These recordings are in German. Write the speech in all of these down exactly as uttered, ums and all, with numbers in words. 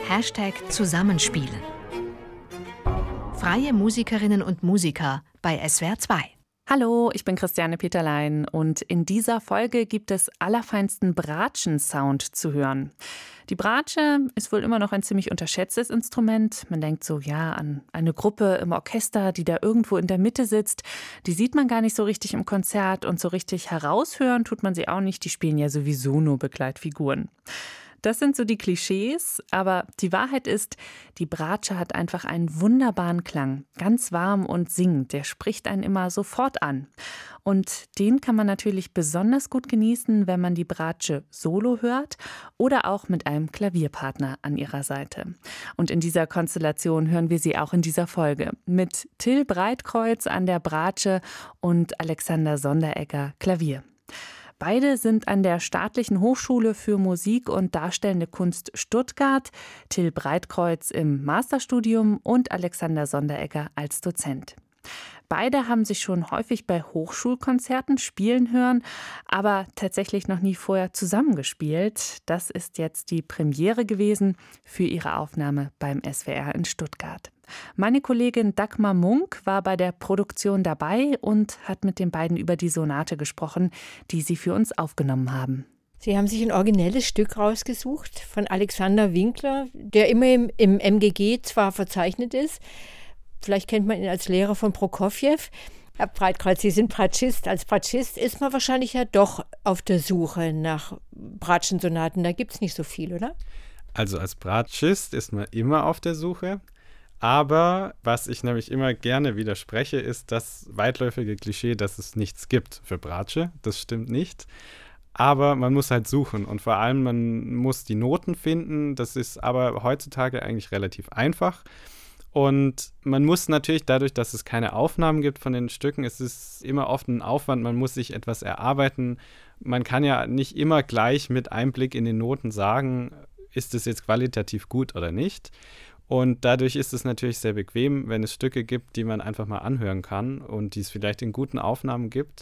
Hashtag Zusammenspielen. Freie Musikerinnen und Musiker bei S W R zwei. Hallo, ich bin Christiane Peterlein und in dieser Folge gibt es allerfeinsten Bratschen-Sound zu hören. Die Bratsche ist wohl immer noch ein ziemlich unterschätztes Instrument. Man denkt so, ja, an eine Gruppe im Orchester, die da irgendwo in der Mitte sitzt. Die sieht man gar nicht so richtig im Konzert und so richtig heraushören tut man sie auch nicht. Die spielen ja sowieso nur Begleitfiguren. Das sind so die Klischees, aber die Wahrheit ist, die Bratsche hat einfach einen wunderbaren Klang, ganz warm und singend, der spricht einen immer sofort an. Und den kann man natürlich besonders gut genießen, wenn man die Bratsche solo hört oder auch mit einem Klavierpartner an ihrer Seite. Und in dieser Konstellation hören wir sie auch in dieser Folge mit Till Breitkreuz an der Bratsche und Alexander Sonderegger Klavier. Beide sind an der Staatlichen Hochschule für Musik und Darstellende Kunst Stuttgart, Till Breitkreuz im Masterstudium und Alexander Sonderegger als Dozent. Beide haben sich schon häufig bei Hochschulkonzerten spielen hören, aber tatsächlich noch nie vorher zusammengespielt. Das ist jetzt die Premiere gewesen für ihre Aufnahme beim S W R in Stuttgart. Meine Kollegin Dagmar Munk war bei der Produktion dabei und hat mit den beiden über die Sonate gesprochen, die sie für uns aufgenommen haben. Sie haben sich ein originelles Stück rausgesucht von Alexander Winkler, der immer im, im M G G zwar verzeichnet ist. Vielleicht kennt man ihn als Lehrer von Prokofjew. Herr Breitkreuz, Sie sind Bratschist. Als Bratschist ist man wahrscheinlich ja doch auf der Suche nach Bratschensonaten. Da gibt es nicht so viel, oder? Also als Bratschist ist man immer auf der Suche. Aber was ich nämlich immer gerne widerspreche, ist das weitläufige Klischee, dass es nichts gibt für Bratsche. Das stimmt nicht. Aber man muss halt suchen und vor allem man muss die Noten finden. Das ist aber heutzutage eigentlich relativ einfach. Und man muss natürlich dadurch, dass es keine Aufnahmen gibt von den Stücken, es ist immer oft ein Aufwand, man muss sich etwas erarbeiten. Man kann ja nicht immer gleich mit Einblick in den Noten sagen, ist es jetzt qualitativ gut oder nicht. Und dadurch ist es natürlich sehr bequem, wenn es Stücke gibt, die man einfach mal anhören kann und die es vielleicht in guten Aufnahmen gibt.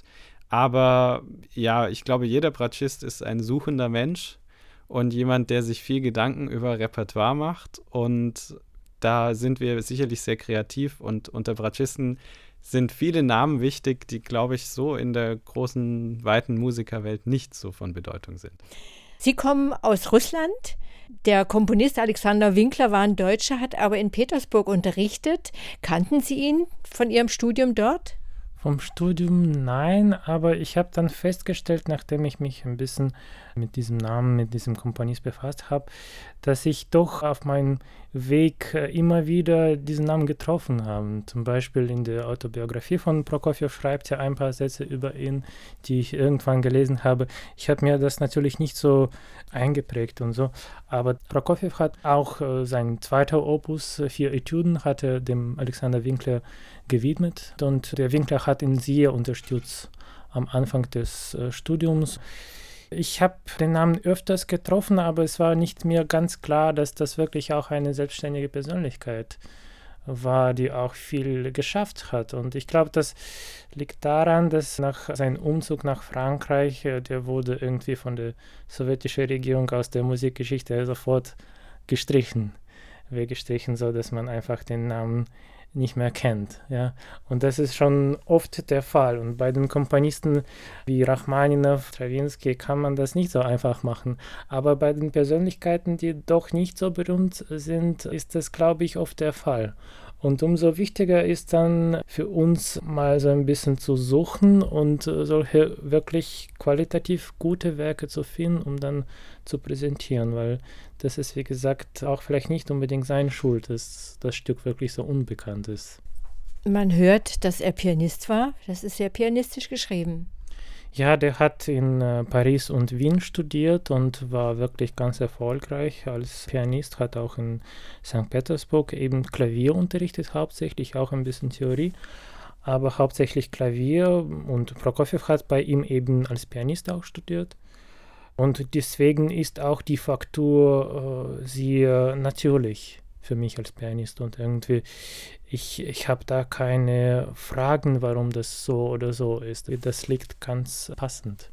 Aber ja, ich glaube, jeder Bratschist ist ein suchender Mensch und jemand, der sich viel Gedanken über Repertoire macht. Und da sind wir sicherlich sehr kreativ und unter Bratschisten sind viele Namen wichtig, die, glaube ich, so in der großen, weiten Musikerwelt nicht so von Bedeutung sind. Sie kommen aus Russland. Der Komponist Alexander Winkler war ein Deutscher, hat aber in Petersburg unterrichtet. Kannten Sie ihn von Ihrem Studium dort? Vom Studium nein, aber ich habe dann festgestellt, nachdem ich mich ein bisschen mit diesem Namen, mit diesem Komponist befasst habe, dass ich doch auf meinem Weg immer wieder diesen Namen getroffen habe. Zum Beispiel in der Autobiografie von Prokofjew schreibt er ein paar Sätze über ihn, die ich irgendwann gelesen habe. Ich habe mir das natürlich nicht so eingeprägt und so, aber Prokofjew hat auch äh, sein zweiter Opus, äh, vier Etüden, hat er dem Alexander Winkler gewidmet und der Winkler hat ihn sehr unterstützt am Anfang des äh, Studiums. Ich habe den Namen öfters getroffen, aber es war nicht mir ganz klar, dass das wirklich auch eine selbstständige Persönlichkeit war, die auch viel geschafft hat. Und ich glaube, das liegt daran, dass nach seinem Umzug nach Frankreich, der wurde irgendwie von der sowjetischen Regierung aus der Musikgeschichte sofort gestrichen, weggestrichen, so dass man einfach den Namen nicht mehr kennt. Ja? Und das ist schon oft der Fall. Und bei den Komponisten wie Rachmaninow, Strawinsky kann man das nicht so einfach machen. Aber bei den Persönlichkeiten, die doch nicht so berühmt sind, ist das, glaube ich, oft der Fall. Und umso wichtiger ist dann für uns mal so ein bisschen zu suchen und solche wirklich qualitativ gute Werke zu finden, um dann zu präsentieren, weil das ist, wie gesagt, auch vielleicht nicht unbedingt seine Schuld, dass das Stück wirklich so unbekannt ist. Man hört, dass er Pianist war. Das ist sehr pianistisch geschrieben. Ja, der hat in äh, Paris und Wien studiert und war wirklich ganz erfolgreich als Pianist, hat auch in Sankt Petersburg eben Klavier unterrichtet, hauptsächlich auch ein bisschen Theorie, aber hauptsächlich Klavier, und Prokofjew hat bei ihm eben als Pianist auch studiert. Und deswegen ist auch die Faktur äh, sehr natürlich für mich als Pianist und irgendwie, ich, ich habe da keine Fragen, warum das so oder so ist. Das liegt ganz passend.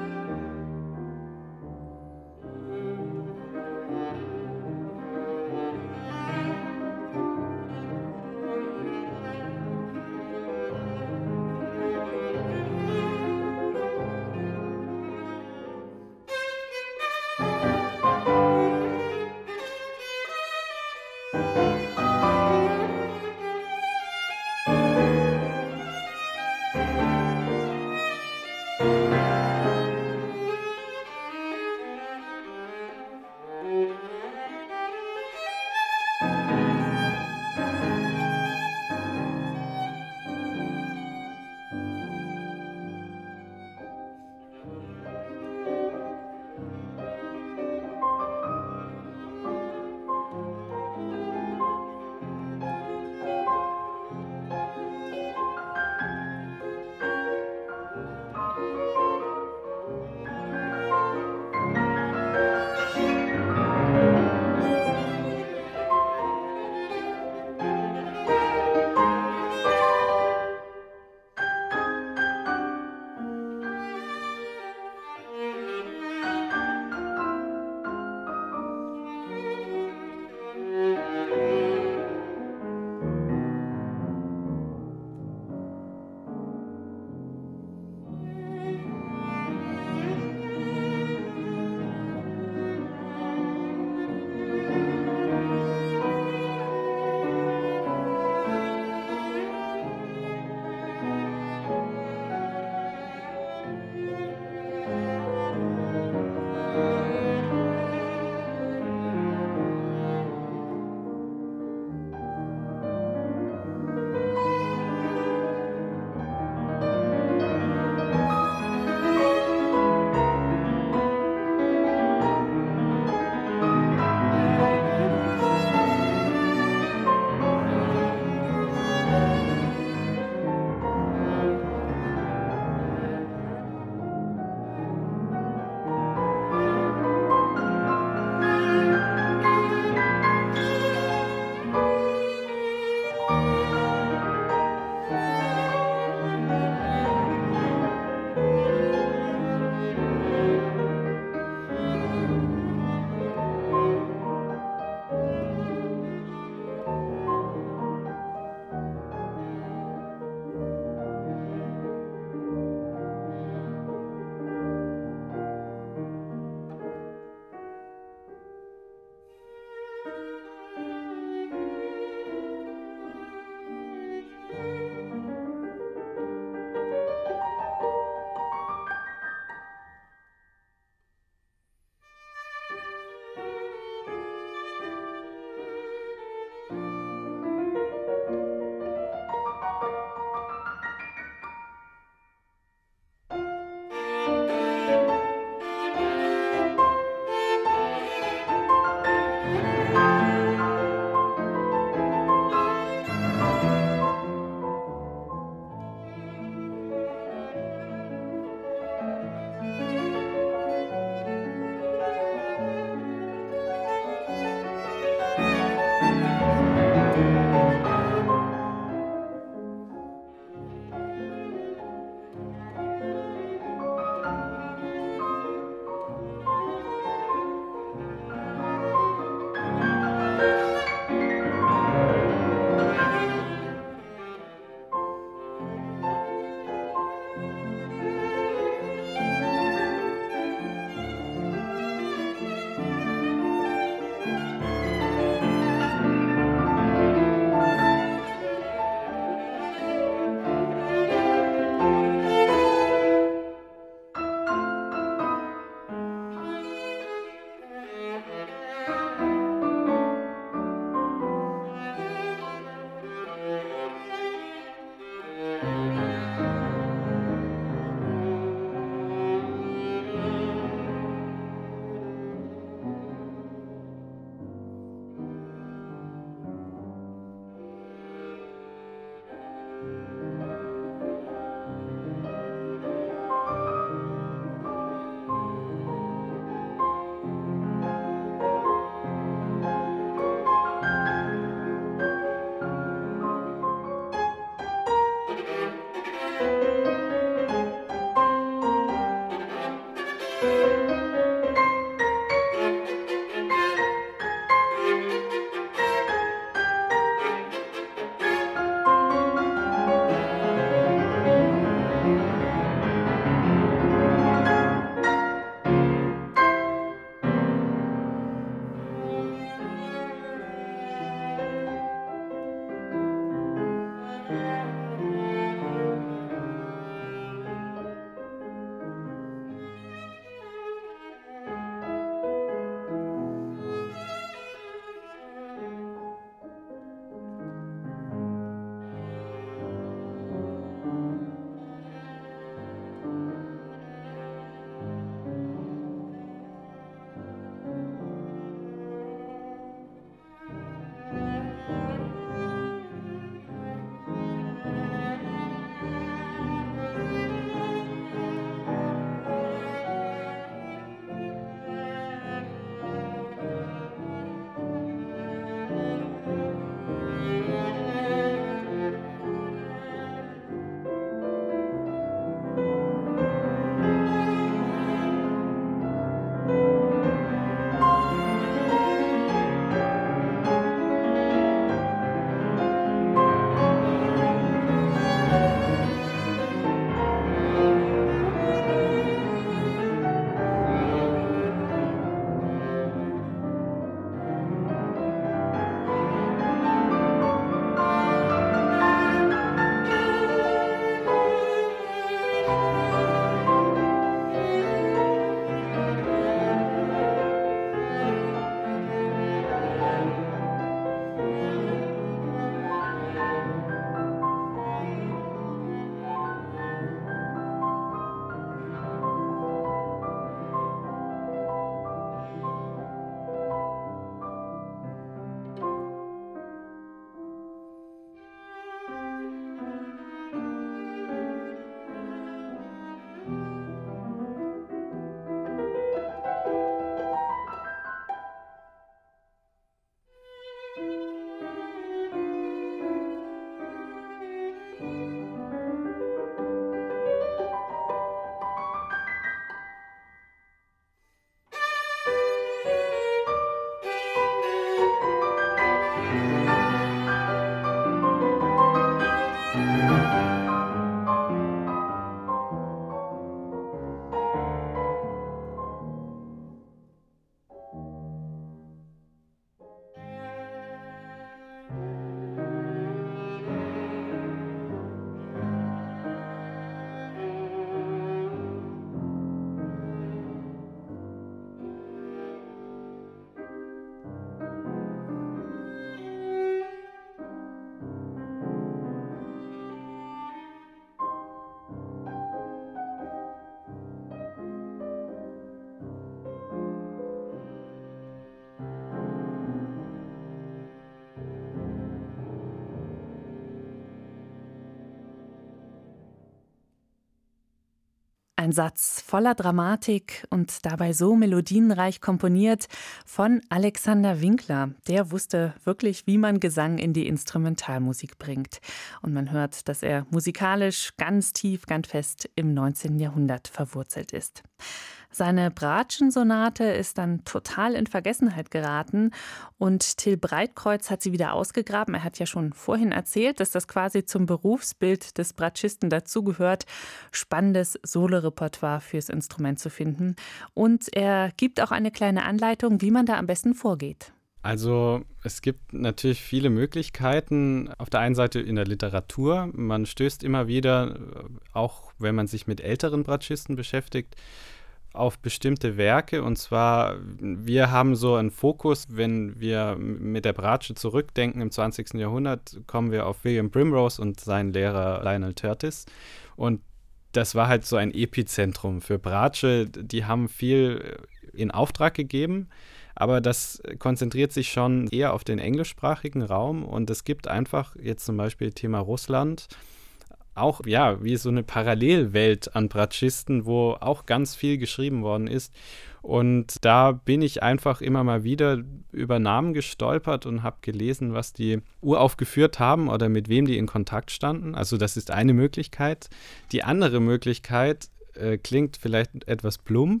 Ein Satz voller Dramatik und dabei so melodienreich komponiert von Alexander Winkler. Der wusste wirklich, wie man Gesang in die Instrumentalmusik bringt. Und man hört, dass er musikalisch ganz tief, ganz fest im neunzehnten Jahrhundert verwurzelt ist. Seine Bratschen-Sonate ist dann total in Vergessenheit geraten und Till Breitkreuz hat sie wieder ausgegraben. Er hat ja schon vorhin erzählt, dass das quasi zum Berufsbild des Bratschisten dazugehört, spannendes Solorepertoire fürs Instrument zu finden. Und er gibt auch eine kleine Anleitung, wie man da am besten vorgeht. Also es gibt natürlich viele Möglichkeiten. Auf der einen Seite in der Literatur. Man stößt immer wieder, auch wenn man sich mit älteren Bratschisten beschäftigt, auf bestimmte Werke. Und zwar, wir haben so einen Fokus, wenn wir mit der Bratsche zurückdenken im zwanzigsten Jahrhundert, kommen wir auf William Primrose und seinen Lehrer Lionel Tertis. Und das war halt so ein Epizentrum für Bratsche. Die haben viel in Auftrag gegeben, aber das konzentriert sich schon eher auf den englischsprachigen Raum. Und es gibt einfach jetzt zum Beispiel Thema Russland, auch, ja, wie so eine Parallelwelt an Bratschisten, wo auch ganz viel geschrieben worden ist. Und da bin ich einfach immer mal wieder über Namen gestolpert und habe gelesen, was die uraufgeführt haben oder mit wem die in Kontakt standen. Also das ist eine Möglichkeit. Die andere Möglichkeit äh, klingt vielleicht etwas plump,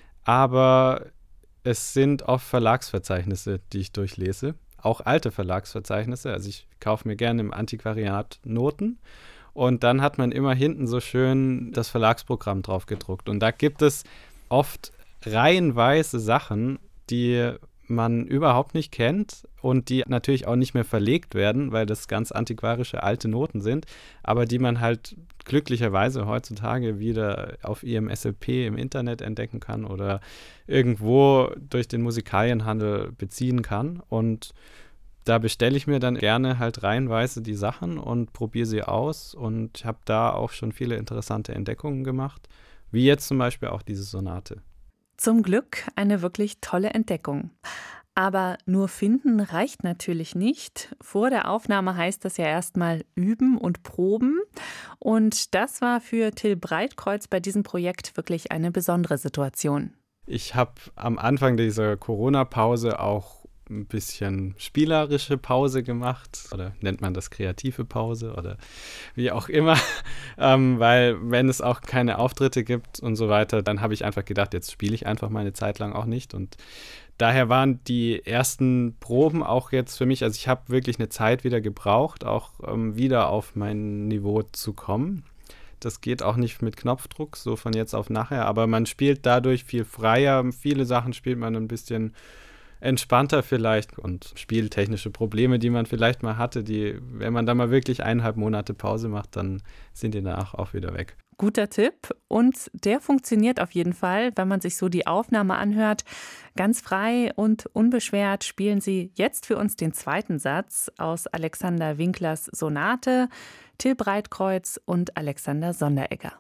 aber es sind oft Verlagsverzeichnisse, die ich durchlese. Auch alte Verlagsverzeichnisse. Also ich kaufe mir gerne im Antiquariat Noten. Und dann hat man immer hinten so schön das Verlagsprogramm drauf gedruckt. Und da gibt es oft reihenweise Sachen, die man überhaupt nicht kennt und die natürlich auch nicht mehr verlegt werden, weil das ganz antiquarische alte Noten sind, aber die man halt glücklicherweise heutzutage wieder auf I M S L P im Internet entdecken kann oder irgendwo durch den Musikalienhandel beziehen kann. Und da bestelle ich mir dann gerne halt reihenweise die Sachen und probiere sie aus und habe da auch schon viele interessante Entdeckungen gemacht, wie jetzt zum Beispiel auch diese Sonate. Zum Glück eine wirklich tolle Entdeckung. Aber nur finden reicht natürlich nicht. Vor der Aufnahme heißt das ja erstmal üben und proben. Und das war für Till Breitkreuz bei diesem Projekt wirklich eine besondere Situation. Ich habe am Anfang dieser Corona-Pause auch ein bisschen spielerische Pause gemacht oder nennt man das kreative Pause oder wie auch immer, ähm, weil wenn es auch keine Auftritte gibt und so weiter, dann habe ich einfach gedacht, jetzt spiele ich einfach mal eine Zeit lang auch nicht und daher waren die ersten Proben auch jetzt für mich, also ich habe wirklich eine Zeit wieder gebraucht, auch ähm, wieder auf mein Niveau zu kommen. Das geht auch nicht mit Knopfdruck, so von jetzt auf nachher, aber man spielt dadurch viel freier, viele Sachen spielt man ein bisschen entspannter vielleicht und spieltechnische Probleme, die man vielleicht mal hatte, die, wenn man da mal wirklich eineinhalb Monate Pause macht, dann sind die danach auch wieder weg. Guter Tipp und der funktioniert auf jeden Fall, wenn man sich so die Aufnahme anhört. Ganz frei und unbeschwert spielen sie jetzt für uns den zweiten Satz aus Alexander Winklers Sonate, Till Breitkreuz und Alexander Sonderegger.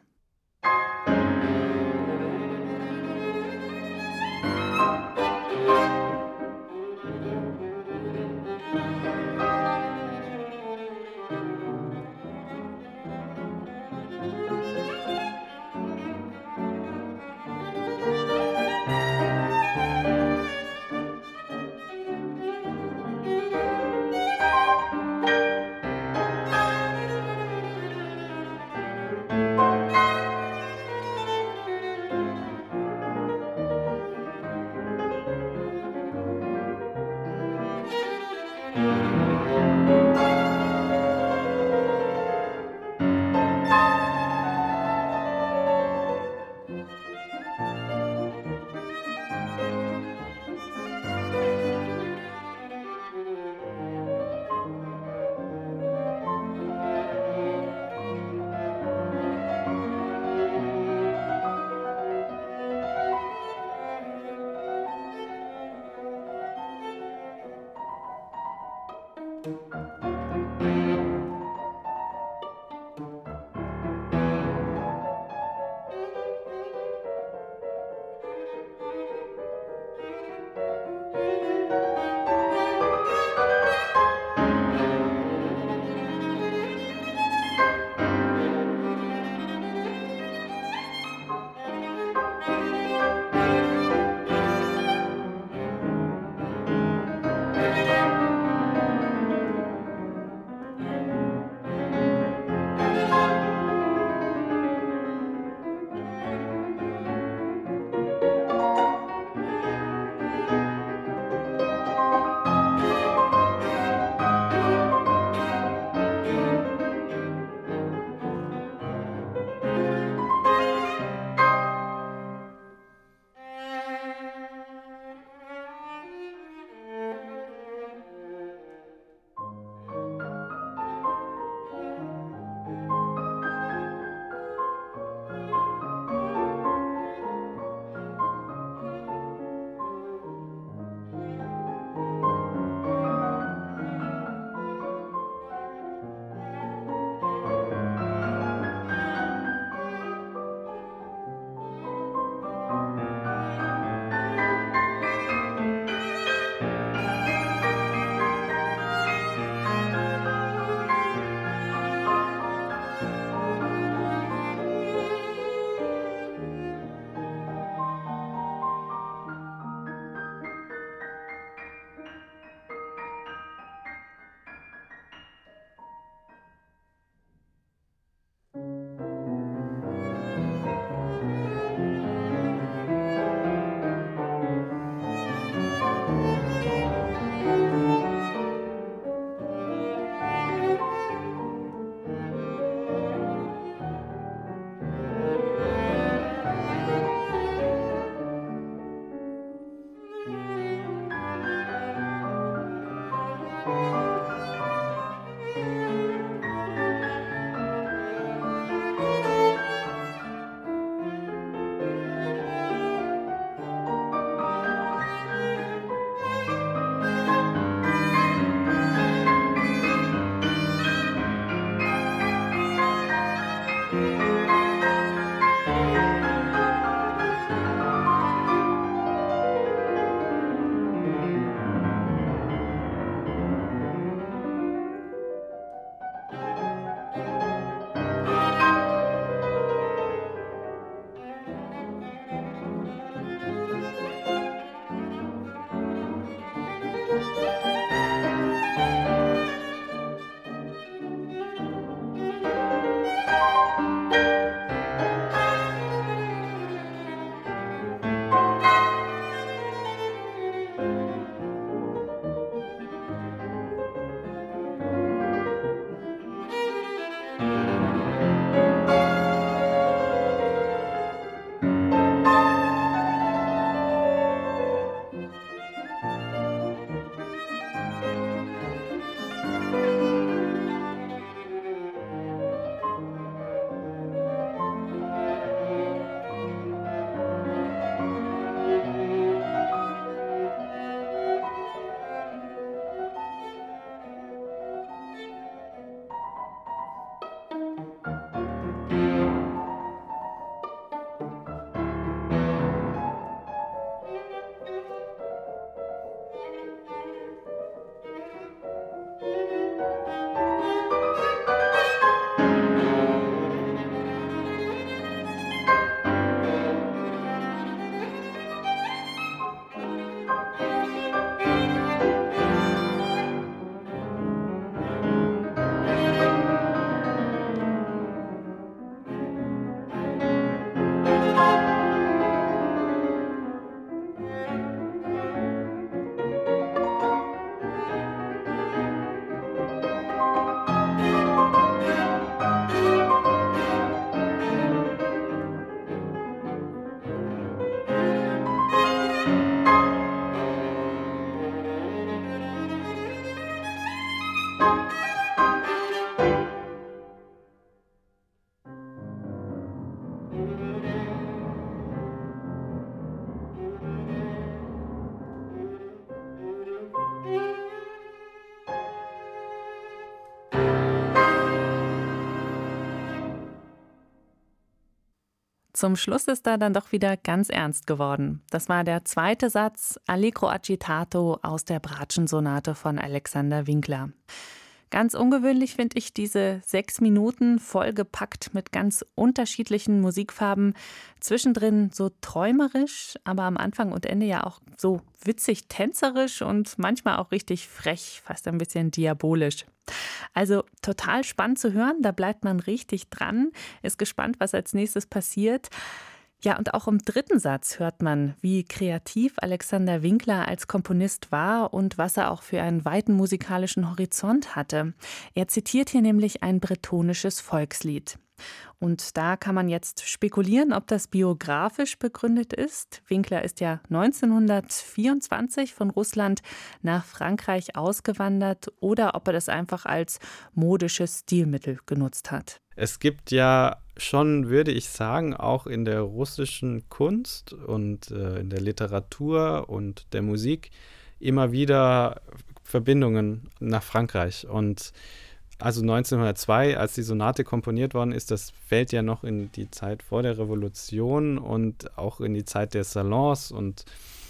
Zum Schluss ist er dann doch wieder ganz ernst geworden. Das war der zweite Satz Allegro agitato aus der Bratschensonate von Alexander Winkler. Ganz ungewöhnlich finde ich diese sechs Minuten vollgepackt mit ganz unterschiedlichen Musikfarben. Zwischendrin so träumerisch, aber am Anfang und Ende ja auch so witzig tänzerisch und manchmal auch richtig frech, fast ein bisschen diabolisch. Also total spannend zu hören, da bleibt man richtig dran, ist gespannt, was als nächstes passiert. Ja, und auch im dritten Satz hört man, wie kreativ Alexander Winkler als Komponist war und was er auch für einen weiten musikalischen Horizont hatte. Er zitiert hier nämlich ein bretonisches Volkslied. Und da kann man jetzt spekulieren, ob das biografisch begründet ist. Winkler ist ja neunzehnhundertvierundzwanzig von Russland nach Frankreich ausgewandert oder ob er das einfach als modisches Stilmittel genutzt hat. Es gibt ja schon, würde ich sagen, auch in der russischen Kunst und äh, in der Literatur und der Musik immer wieder Verbindungen nach Frankreich. Und also neunzehnhundertzwei, als die Sonate komponiert worden ist, das fällt ja noch in die Zeit vor der Revolution und auch in die Zeit der Salons und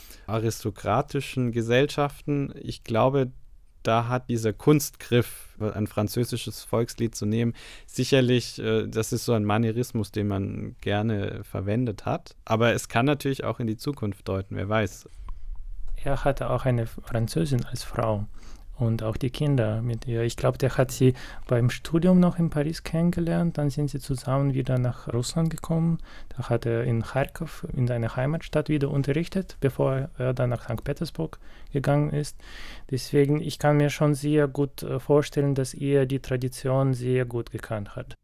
aristokratischen Gesellschaften. Ich glaube, da hat dieser Kunstgriff, ein französisches Volkslied zu nehmen, sicherlich, äh, das ist so ein Manierismus, den man gerne verwendet hat. Aber es kann natürlich auch in die Zukunft deuten, wer weiß. Er hatte auch eine Französin als Frau und auch die Kinder mit ihr. Ich glaube, der hat sie beim Studium noch in Paris kennengelernt. Dann sind sie zusammen wieder nach Russland gekommen. Da hat er in Charkow, in seiner Heimatstadt, wieder unterrichtet, bevor er dann nach Sankt Petersburg gegangen ist. Deswegen, ich kann mir schon sehr gut vorstellen, dass er die Tradition sehr gut gekannt hat.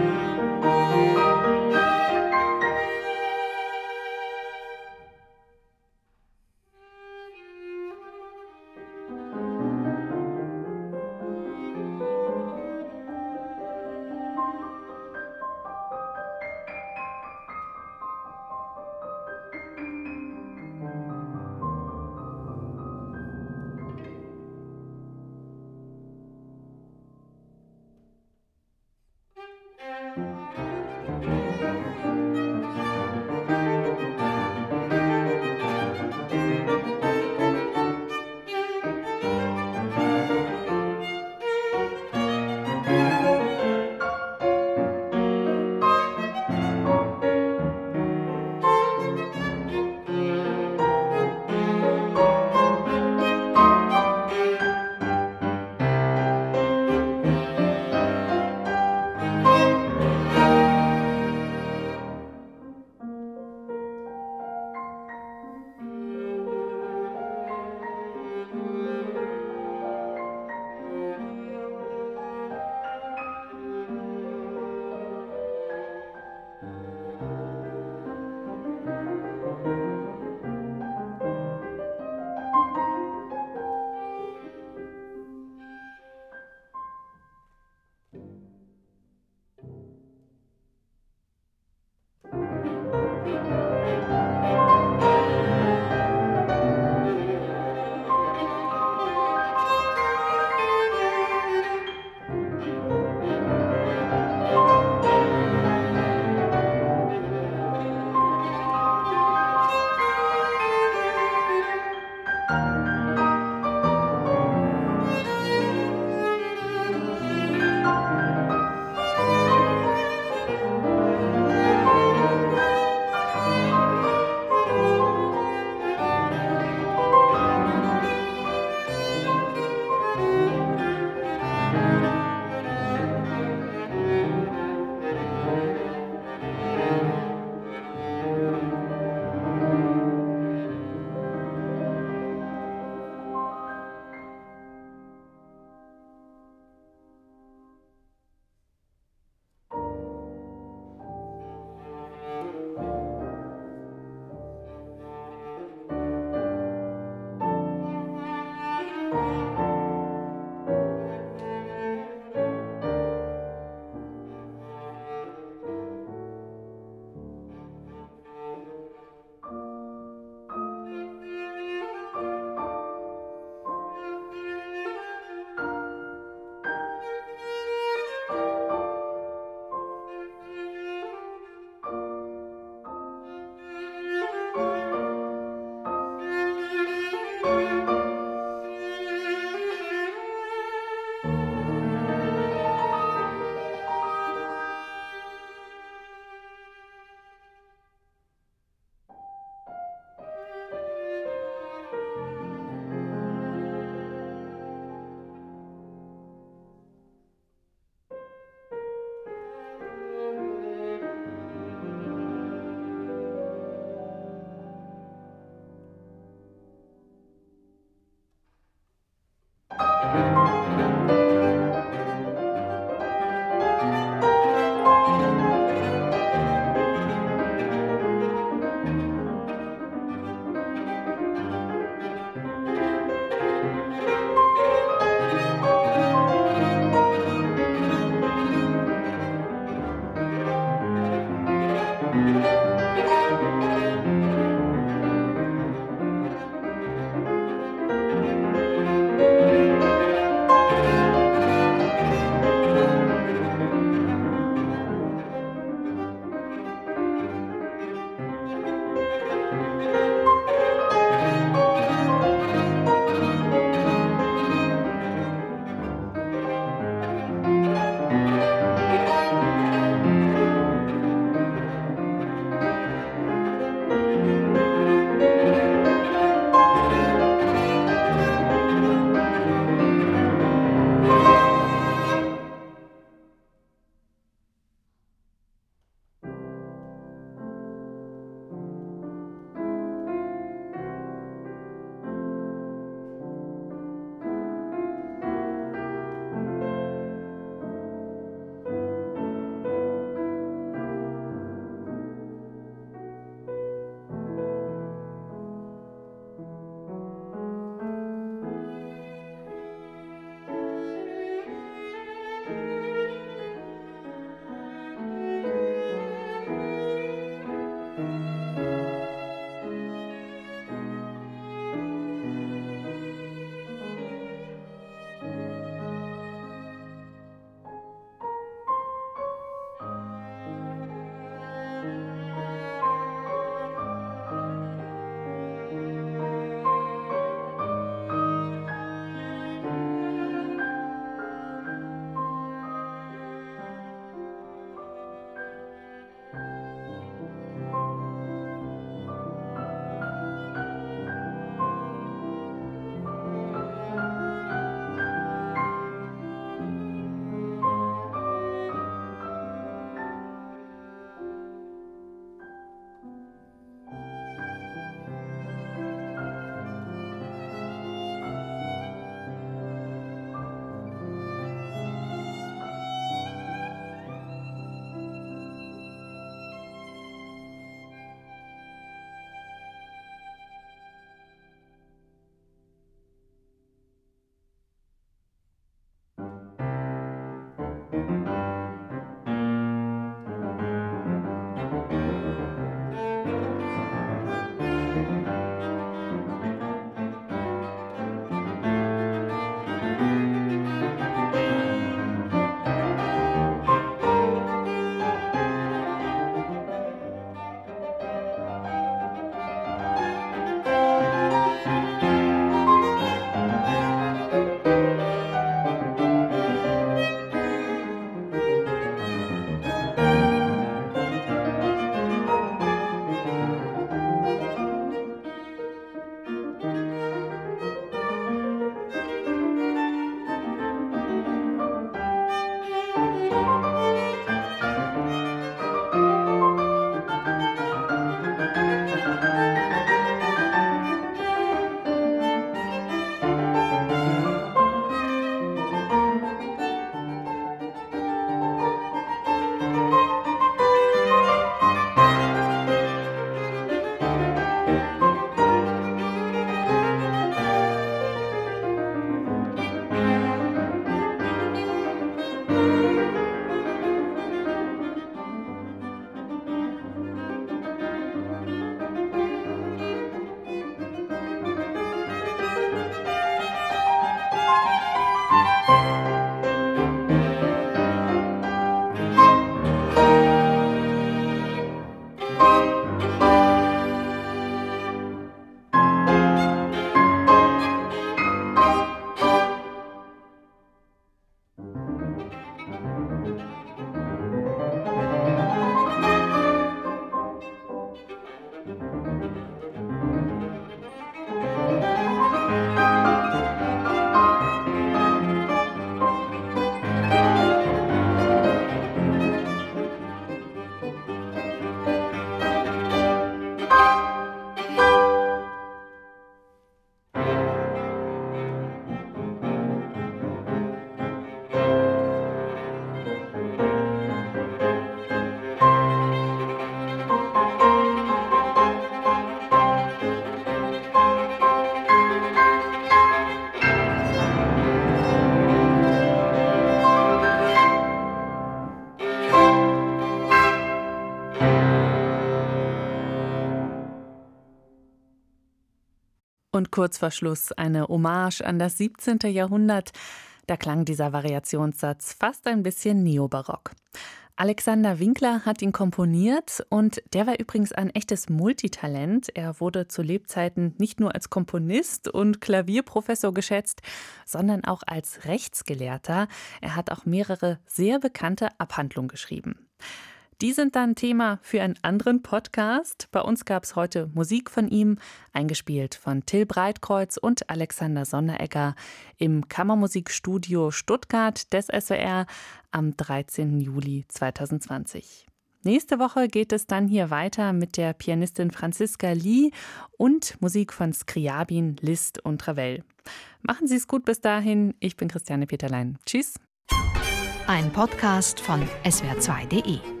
Und kurz vor Schluss eine Hommage an das siebzehnte. Jahrhundert. Da klang dieser Variationssatz fast ein bisschen neobarock. Alexander Winkler hat ihn komponiert und der war übrigens ein echtes Multitalent. Er wurde zu Lebzeiten nicht nur als Komponist und Klavierprofessor geschätzt, sondern auch als Rechtsgelehrter. Er hat auch mehrere sehr bekannte Abhandlungen geschrieben. Die sind dann Thema für einen anderen Podcast. Bei uns gab es heute Musik von ihm, eingespielt von Till Breitkreuz und Alexander Sonneregger im Kammermusikstudio Stuttgart des S W R am dreizehnten Juli zweitausendzwanzig. Nächste Woche geht es dann hier weiter mit der Pianistin Franziska Lee und Musik von Scriabin, Liszt und Ravel. Machen Sie es gut bis dahin. Ich bin Christiane Peterlein. Tschüss. Ein Podcast von S W R zwei punkt de.